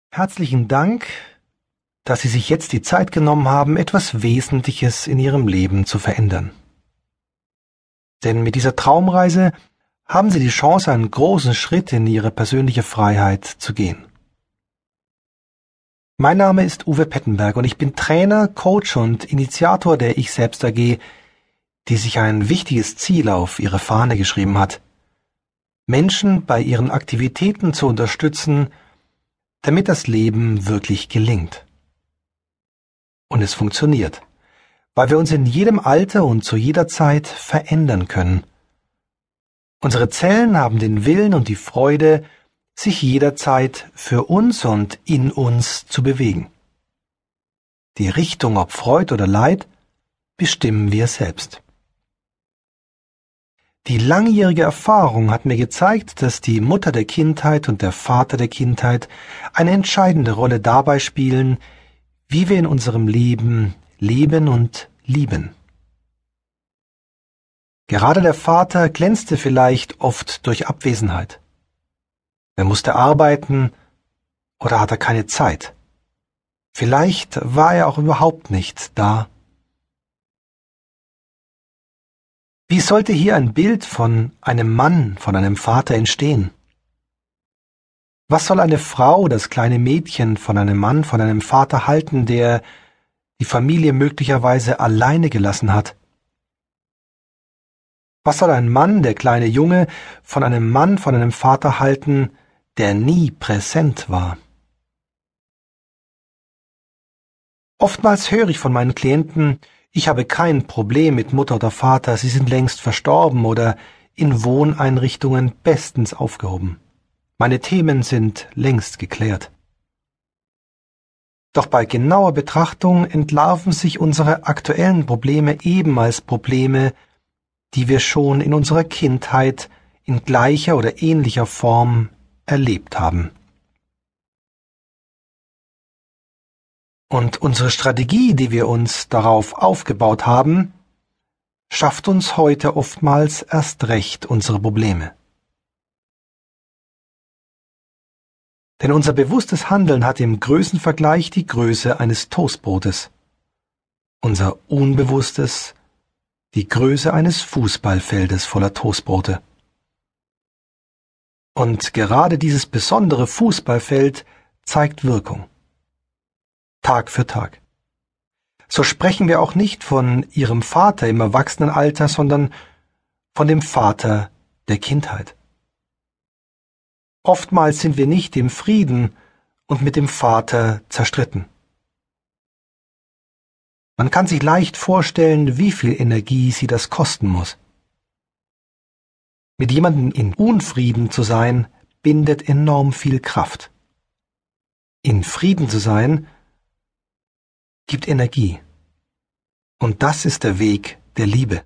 Herzlichen Dank, dass Sie sich jetzt die Zeit genommen haben, etwas Wesentliches in Ihrem Leben zu verändern. Denn mit dieser Traumreise haben Sie die Chance, einen großen Schritt in Ihre persönliche Freiheit zu gehen. Mein Name ist Uwe Pettenberg und ich bin Trainer, Coach und Initiator der Ich Selbst AG, die sich ein wichtiges Ziel auf ihre Fahne geschrieben hat: Menschen bei ihren Aktivitäten zu unterstützen, damit das Leben wirklich gelingt. Und es funktioniert, weil wir uns in jedem Alter und zu jeder Zeit verändern können. Unsere Zellen haben den Willen und die Freude, sich jederzeit für uns und in uns zu bewegen. Die Richtung, ob Freude oder Leid, bestimmen wir selbst. Die langjährige Erfahrung hat mir gezeigt, dass die Mutter der Kindheit und der Vater der Kindheit eine entscheidende Rolle dabei spielen, wie wir in unserem Leben leben und lieben. Gerade der Vater glänzte vielleicht oft durch Abwesenheit. Er musste arbeiten oder hatte keine Zeit. Vielleicht war er auch überhaupt nicht da. Wie sollte hier ein Bild von einem Mann, von einem Vater entstehen? Was soll eine Frau, das kleine Mädchen von einem Mann, von einem Vater halten, der die Familie möglicherweise alleine gelassen hat? Was soll ein Mann, der kleine Junge, von einem Mann, von einem Vater halten, der nie präsent war? Oftmals höre ich von meinen Klienten: Ich habe kein Problem mit Mutter oder Vater, sie sind längst verstorben oder in Wohneinrichtungen bestens aufgehoben. Meine Themen sind längst geklärt. Doch bei genauer Betrachtung entlarven sich unsere aktuellen Probleme eben als Probleme, die wir schon in unserer Kindheit in gleicher oder ähnlicher Form erlebt haben. Und unsere Strategie, die wir uns darauf aufgebaut haben, schafft uns heute oftmals erst recht unsere Probleme. Denn unser bewusstes Handeln hat im Größenvergleich die Größe eines Toastbrotes, unser Unbewusstes die Größe eines Fußballfeldes voller Toastbrote. Und gerade dieses besondere Fußballfeld zeigt Wirkung. Tag für Tag. So sprechen wir auch nicht von ihrem Vater im Erwachsenenalter, sondern von dem Vater der Kindheit. Oftmals sind wir nicht im Frieden und mit dem Vater zerstritten. Man kann sich leicht vorstellen, wie viel Energie sie das kosten muss. Mit jemandem in Unfrieden zu sein, bindet enorm viel Kraft. In Frieden zu sein, gibt Energie. Und das ist der Weg der Liebe.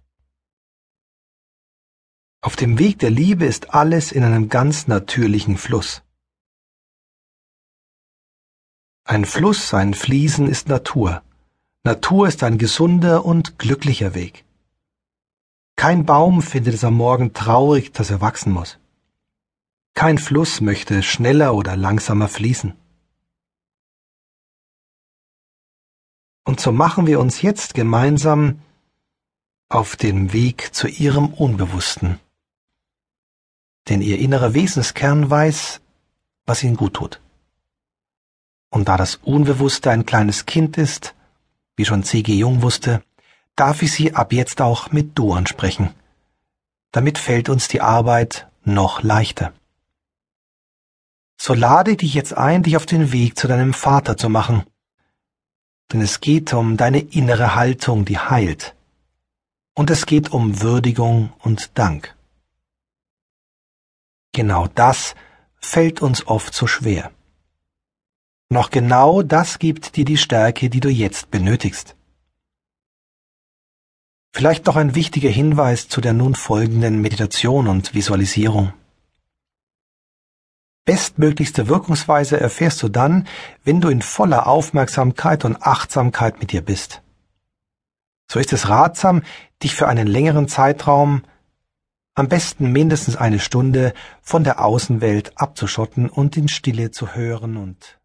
Auf dem Weg der Liebe ist alles in einem ganz natürlichen Fluss. Ein Fluss, ein Fließen ist Natur. Natur ist ein gesunder und glücklicher Weg. Kein Baum findet es am Morgen traurig, dass er wachsen muss. Kein Fluss möchte schneller oder langsamer fließen. Und so machen wir uns jetzt gemeinsam auf den Weg zu Ihrem Unbewussten. Denn Ihr innerer Wesenskern weiß, was Ihnen gut tut. Und da das Unbewusste ein kleines Kind ist, wie schon C.G. Jung wusste, darf ich Sie ab jetzt auch mit Du ansprechen. Damit fällt uns die Arbeit noch leichter. So lade dich jetzt ein, dich auf den Weg zu deinem Vater zu machen. Denn es geht um deine innere Haltung, die heilt. Und es geht um Würdigung und Dank. Genau das fällt uns oft so schwer. Noch genau das gibt dir die Stärke, die du jetzt benötigst. Vielleicht noch ein wichtiger Hinweis zu der nun folgenden Meditation und Visualisierung. Bestmöglichste Wirkungsweise erfährst du dann, wenn du in voller Aufmerksamkeit und Achtsamkeit mit dir bist. So ist es ratsam, dich für einen längeren Zeitraum, am besten mindestens eine Stunde, von der Außenwelt abzuschotten und in Stille zu hören und